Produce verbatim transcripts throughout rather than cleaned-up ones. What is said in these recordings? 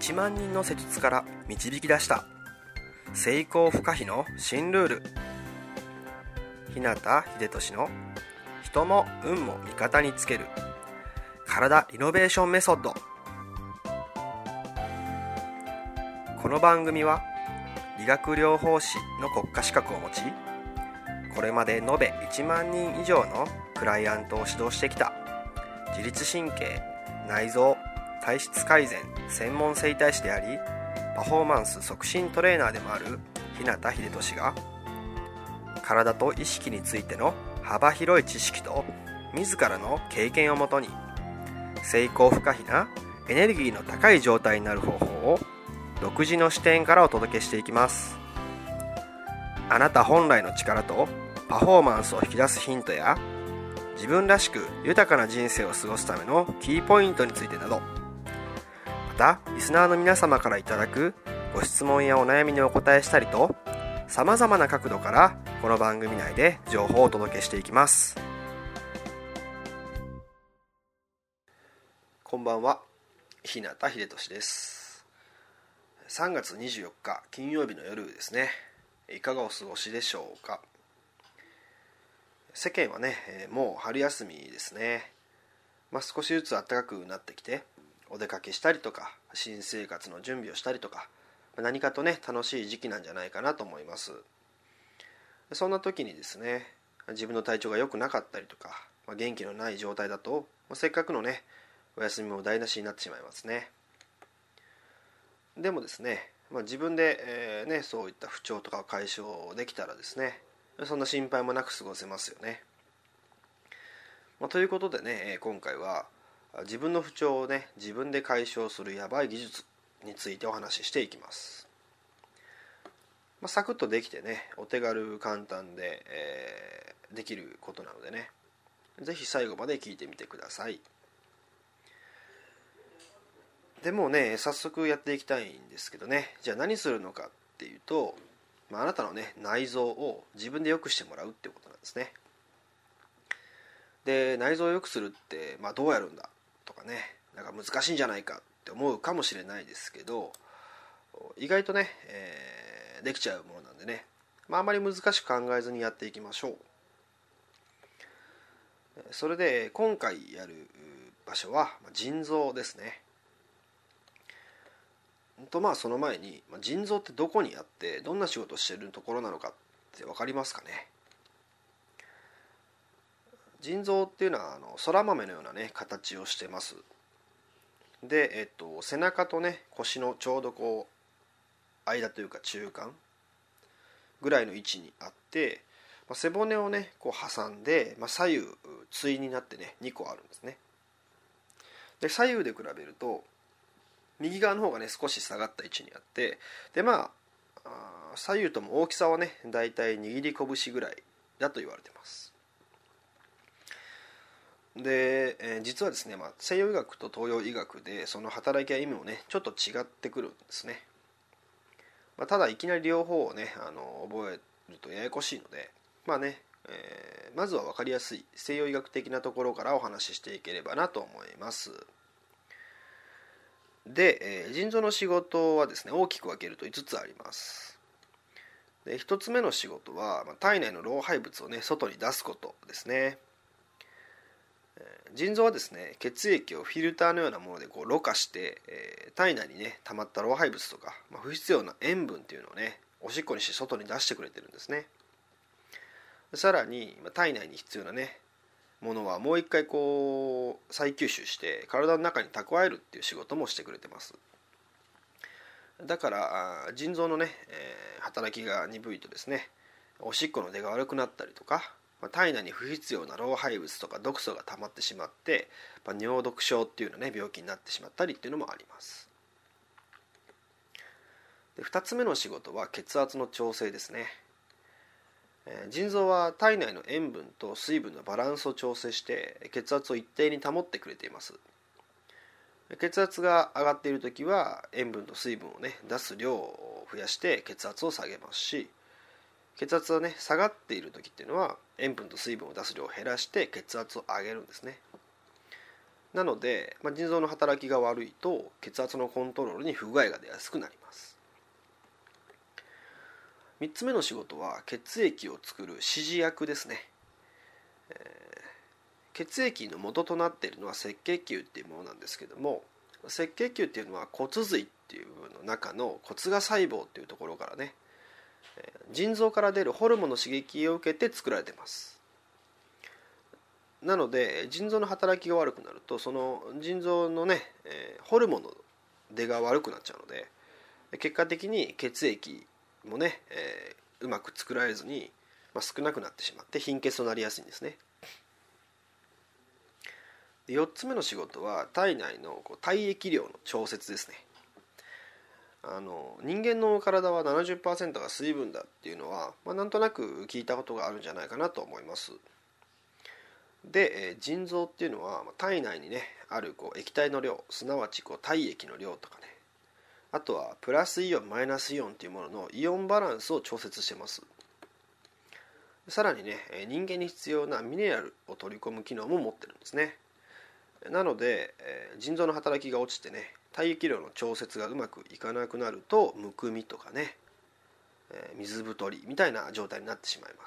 ちまん人の施術から導き出した成功不可避の新ルール。日向秀俊の人も運も味方につける体リノベーションメソッド。この番組は理学療法士の国家資格を持ち、これまで延べいちまん人以上のクライアントを指導してきた自律神経、内臓、体質改善専門整体師であり、パフォーマンス促進トレーナーでもある日向秀俊が、体と意識についての幅広い知識と自らの経験をもとに、成功不可避なエネルギーの高い状態になる方法を独自の視点からお届けしていきます。あなた本来の力とパフォーマンスを引き出すヒントや、自分らしく豊かな人生を過ごすためのキーポイントについてなど、またリスナーの皆様からいただくご質問やお悩みにお答えしたりと、さまざまな角度からこの番組内で情報をお届けしていきます。こんばんは、日向秀俊です。さんがつにじゅうよっか金曜日の夜ですね。いかがお過ごしでしょうか。世間はね、もう春休みですね。まあ、少しずつ暖かくなってきて、お出かけしたりとか新生活の準備をしたりとか、何かとね楽しい時期なんじゃないかなと思います。そんな時にですね、自分の体調が良くなかったりとか、まあ、元気のない状態だと、まあ、せっかくのねお休みも台無しになってしまいますね。でもですね、まあ、自分で、えーね、そういった不調とかを解消できたらですね、そんな心配もなく過ごせますよね。まあ、ということでね、今回は自分の不調をね自分で解消するやばい技術についてお話ししていきます。まあ、サクッとできてね、お手軽簡単で、えー、できることなのでね、ぜひ最後まで聞いてみてください。でもね、早速やっていきたいんですけどね、じゃあ何するのかっていうと、まあ、あなたのね内臓を自分で良くしてもらうってことなんですね。で、内臓を良くするって、まあ、どうやるんだとかね、なんか難しいんじゃないかって思うかもしれないですけど、意外とね、えー、できちゃうものなんでね、まあ、あまり難しく考えずにやっていきましょう。それで今回やる場所は腎臓ですね。とまあその前に、腎臓ってどこにあってどんな仕事をしているところなのかって分かりますかね。腎臓っていうのはあの空豆のようなね形をしてます。で、えっと、背中とね腰のちょうどこう間というか中間ぐらいの位置にあって、まあ、背骨をねこう挟んで、まあ、左右対になってねにこあるんですね。で、左右で比べると右側の方がね少し下がった位置にあって、でまあ左右とも大きさはねだいたい握り拳ぐらいだと言われてます。で、えー、実はですね、まあ、西洋医学と東洋医学でその働きや意味もねちょっと違ってくるんですね。まあ、ただいきなり両方をねあの覚えるとややこしいので、まあね、えー、まずは分かりやすい西洋医学的なところからお話ししていければなと思います。で、えー、腎臓の仕事はですね大きく分けるといつつあります。で、ひとつめの仕事は、まあ、体内の老廃物をね外に出すことですね。腎臓はですね血液をフィルターのようなものでこうろ過して、えー、体内にね溜まった老廃物とか、まあ、不必要な塩分っていうのをねおしっこにして外に出してくれてるんですね。さらに体内に必要なねものはもう一回こう再吸収して体の中に蓄えるっていう仕事もしてくれてます。だから腎臓のね、えー、働きが鈍いとですねおしっこの出が悪くなったりとか、体内に不必要な老廃物とか毒素が溜まってしまって、まあ、尿毒症っていうような、ね、病気になってしまったりっていうのもあります。で、ふたつめの仕事は血圧の調整ですね。えー、腎臓は体内の塩分と水分のバランスを調整して血圧を一定に保ってくれています。血圧が上がっているときは塩分と水分をね出す量を増やして血圧を下げますし、血圧がね下がっている時っていうのは塩分と水分を出す量を減らして血圧を上げるんですね。 なので、まあ、腎臓の働きが悪いと血圧のコントロールに不具合が出やすくなります。みっつめの仕事は血液を作る指示薬ですね。えー、血液の元となっているのは赤血球っていうものなんですけども、赤血球っていうのは骨髄っていう部分の中の骨芽細胞っていうところからね、腎臓から出るホルモンの刺激を受けて作られています。なので腎臓の働きが悪くなると、その腎臓のね、えー、ホルモンの出が悪くなっちゃうので、結果的に血液もね、えー、うまく作られずに、まあ、少なくなってしまって貧血となりやすいんですね。でよっつめの仕事は体内のこう体液量の調節ですね。あの人間の体は ななじゅっパーセント が水分だっていうのは、まあ、なんとなく聞いたことがあるんじゃないかなと思います。で、えー、腎臓っていうのは体内にねあるこう液体の量、すなわちこう体液の量とかね、あとはプラスイオンマイナスイオンっていうもののイオンバランスを調節してます。さらにね、人間に必要なミネラルを取り込む機能も持ってるんですね。なので、えー、腎臓の働きが落ちてね、体液量の調節がうまくいかなくなるとむくみとかね、えー、水太りみたいな状態になってしまいます。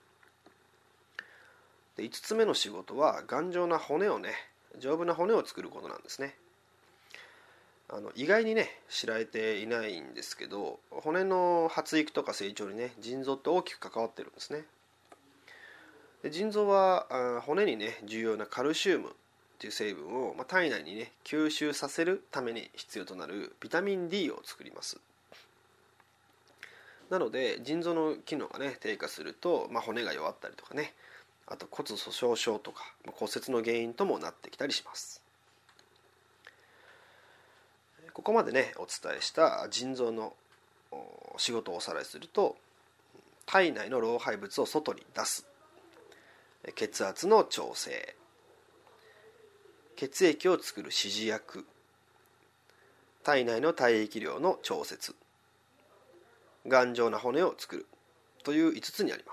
でいつつめの仕事は頑丈な骨をね、丈夫な骨を作ることなんですね。あの意外にね知られていないんですけど、骨の発育とか成長にね腎臓って大きく関わってるんですね。で腎臓はあ骨にね重要なカルシウムっていう成分を、まあ、体内にね吸収させるために必要となるビタミン ディー を作ります。なので腎臓の機能がね低下すると、まあ、骨が弱ったりとかね、あと骨粗しょう症とか、まあ、骨折の原因ともなってきたりします。ここまでねお伝えした腎臓の仕事をおさらいすると、体内の老廃物を外に出す、血圧の調整、血液を作る指示薬、体内の体液量の調節、頑丈な骨を作るといういつつにあります。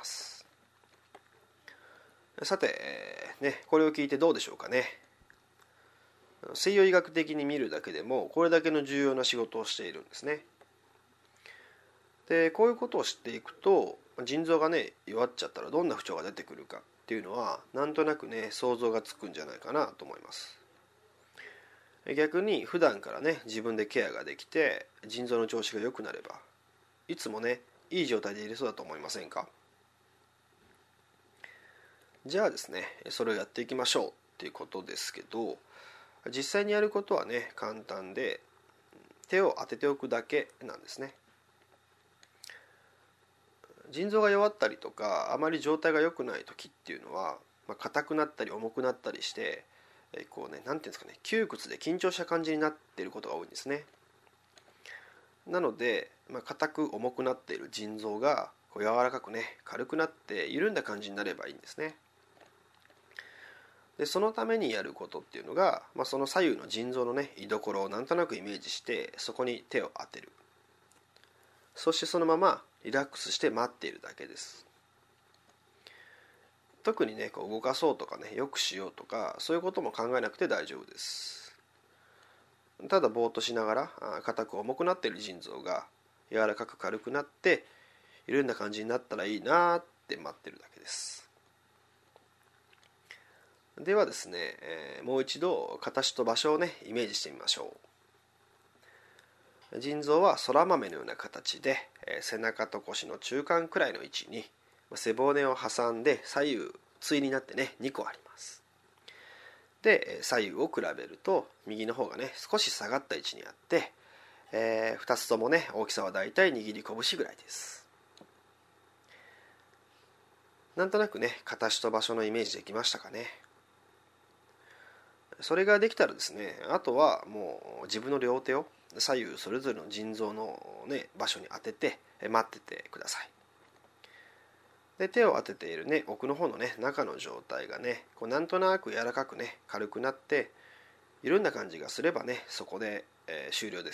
さて、ね、これを聞いてどうでしょうかね。西洋医学的に見るだけでもこれだけの重要な仕事をしているんですね。でこういうことを知っていくと、腎臓がね弱っちゃったらどんな不調が出てくるかっていうのはなんとなくね想像がつくんじゃないかなと思います。逆に普段からね自分でケアができて腎臓の調子が良くなれば、いつもねいい状態でいれそうだと思いませんか。じゃあですね、それをやっていきましょうっていうことですけど、実際にやることはね簡単で、手を当てておくだけなんですね。腎臓が弱ったりとかあまり状態が良くない時っていうのは、まあ、硬くなったり重くなったりして、こうね、なんていうんですかね、窮屈で緊張した感じになっていることが多いんですね。なので、まあ、硬く重くなっている腎臓がこう柔らかくね軽くなって緩んだ感じになればいいんですね。でそのためにやることっていうのが、まあ、その左右の腎臓のね居所をなんとなくイメージしてそこに手を当てる。そしてそのままリラックスして待っているだけです。特にねこう動かそうとかねよくしようとかそういうことも考えなくて大丈夫です。ただぼーっとしながら硬く重くなっている腎臓が柔らかく軽くなって緩んだ感じになったらいいなって待ってるだけです。ではですね、えー、もう一度形と場所をねイメージしてみましょう。腎臓は空豆のような形で、えー、背中と腰の中間くらいの位置に背骨を挟んで左右対になってねにこあります。で左右を比べると右の方がね少し下がった位置にあって、えー、ふたつともね大きさはだいたい握り拳ぐらいです。なんとなくね形と場所のイメージできましたかね。それができたらですね、あとはもう自分の両手を左右それぞれの腎臓の、ね、場所に当てて待っててください。で手を当てているね奥の方のね中の状態がねこうなんとなく柔らかくね軽くなって緩んだ感じがすればねそこで、えー、終了です。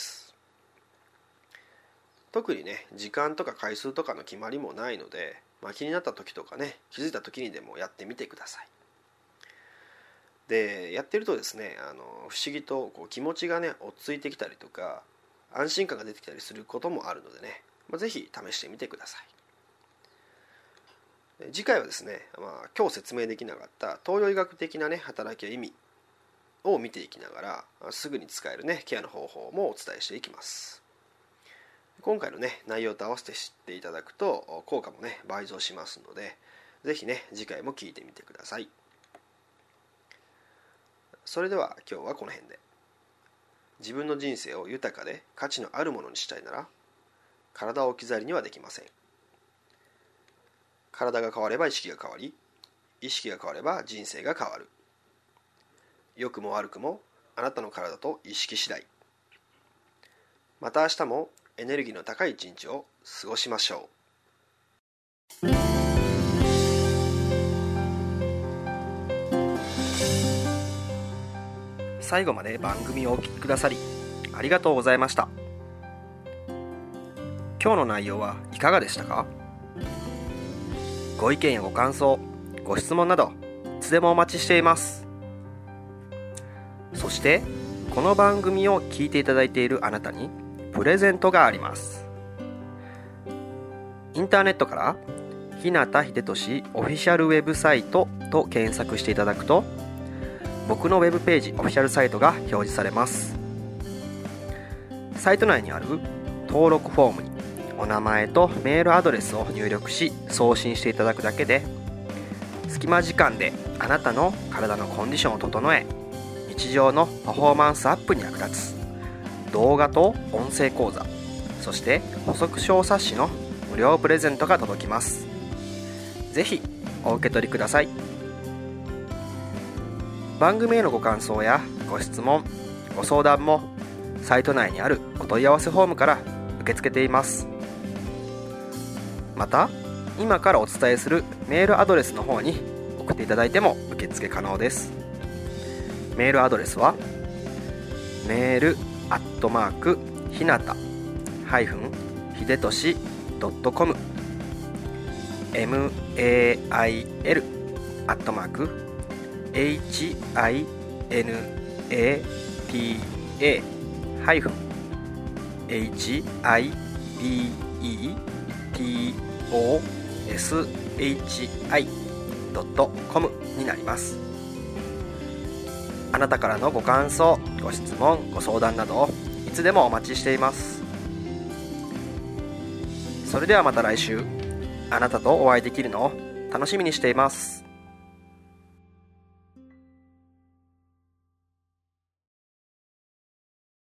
特にね時間とか回数とかの決まりもないので、まあ、気になった時とかね気づいた時にでもやってみてください。 でやってるとですね、あの不思議とこう気持ちがね落ち着いてきたりとか安心感が出てきたりすることもあるのでね、まあ、ぜひ試してみてください。次回はですね、まあ、今日説明できなかった東洋医学的なね働きや意味を見ていきながらすぐに使えるねケアの方法もお伝えしていきます。今回のね内容と合わせて知っていただくと効果もね倍増しますので、ぜひね次回も聞いてみてください。それでは今日はこの辺で。自分の人生を豊かで価値のあるものにしたいなら、体を置き去りにはできません。体が変われば意識が変わり、意識が変われば人生が変わる。良くも悪くもあなたの体と意識次第。また明日もエネルギーの高い一日を過ごしましょう。最後まで番組をお聞きくださりありがとうございました。今日の内容はいかがでしたか？ご意見やご感想、ご質問などいつでもお待ちしています。そしてこの番組を聞いていただいているあなたにプレゼントがあります。インターネットから日向秀俊オフィシャルウェブサイトと検索していただくと、僕のウェブページオフィシャルサイトが表示されます。サイト内にある登録フォームにお名前とメールアドレスを入力し送信していただくだけで、隙間時間であなたの体のコンディションを整え、日常のパフォーマンスアップに役立つ動画と音声講座、そして補足小冊子の無料プレゼントが届きます。ぜひお受け取りください。番組へのご感想やご質問、ご相談もサイト内にあるお問い合わせフォームから受け付けています。また今からお伝えするメールアドレスの方に送っていただいても受付可能です。メールアドレスはメールアットマークひなたひでとし .com mail アットマーク hinata ハイフン hibetoshi.com になります。あなたからのご感想、ご質問、ご相談などいつでもお待ちしています。それではまた来週、あなたとお会いできるのを楽しみにしています。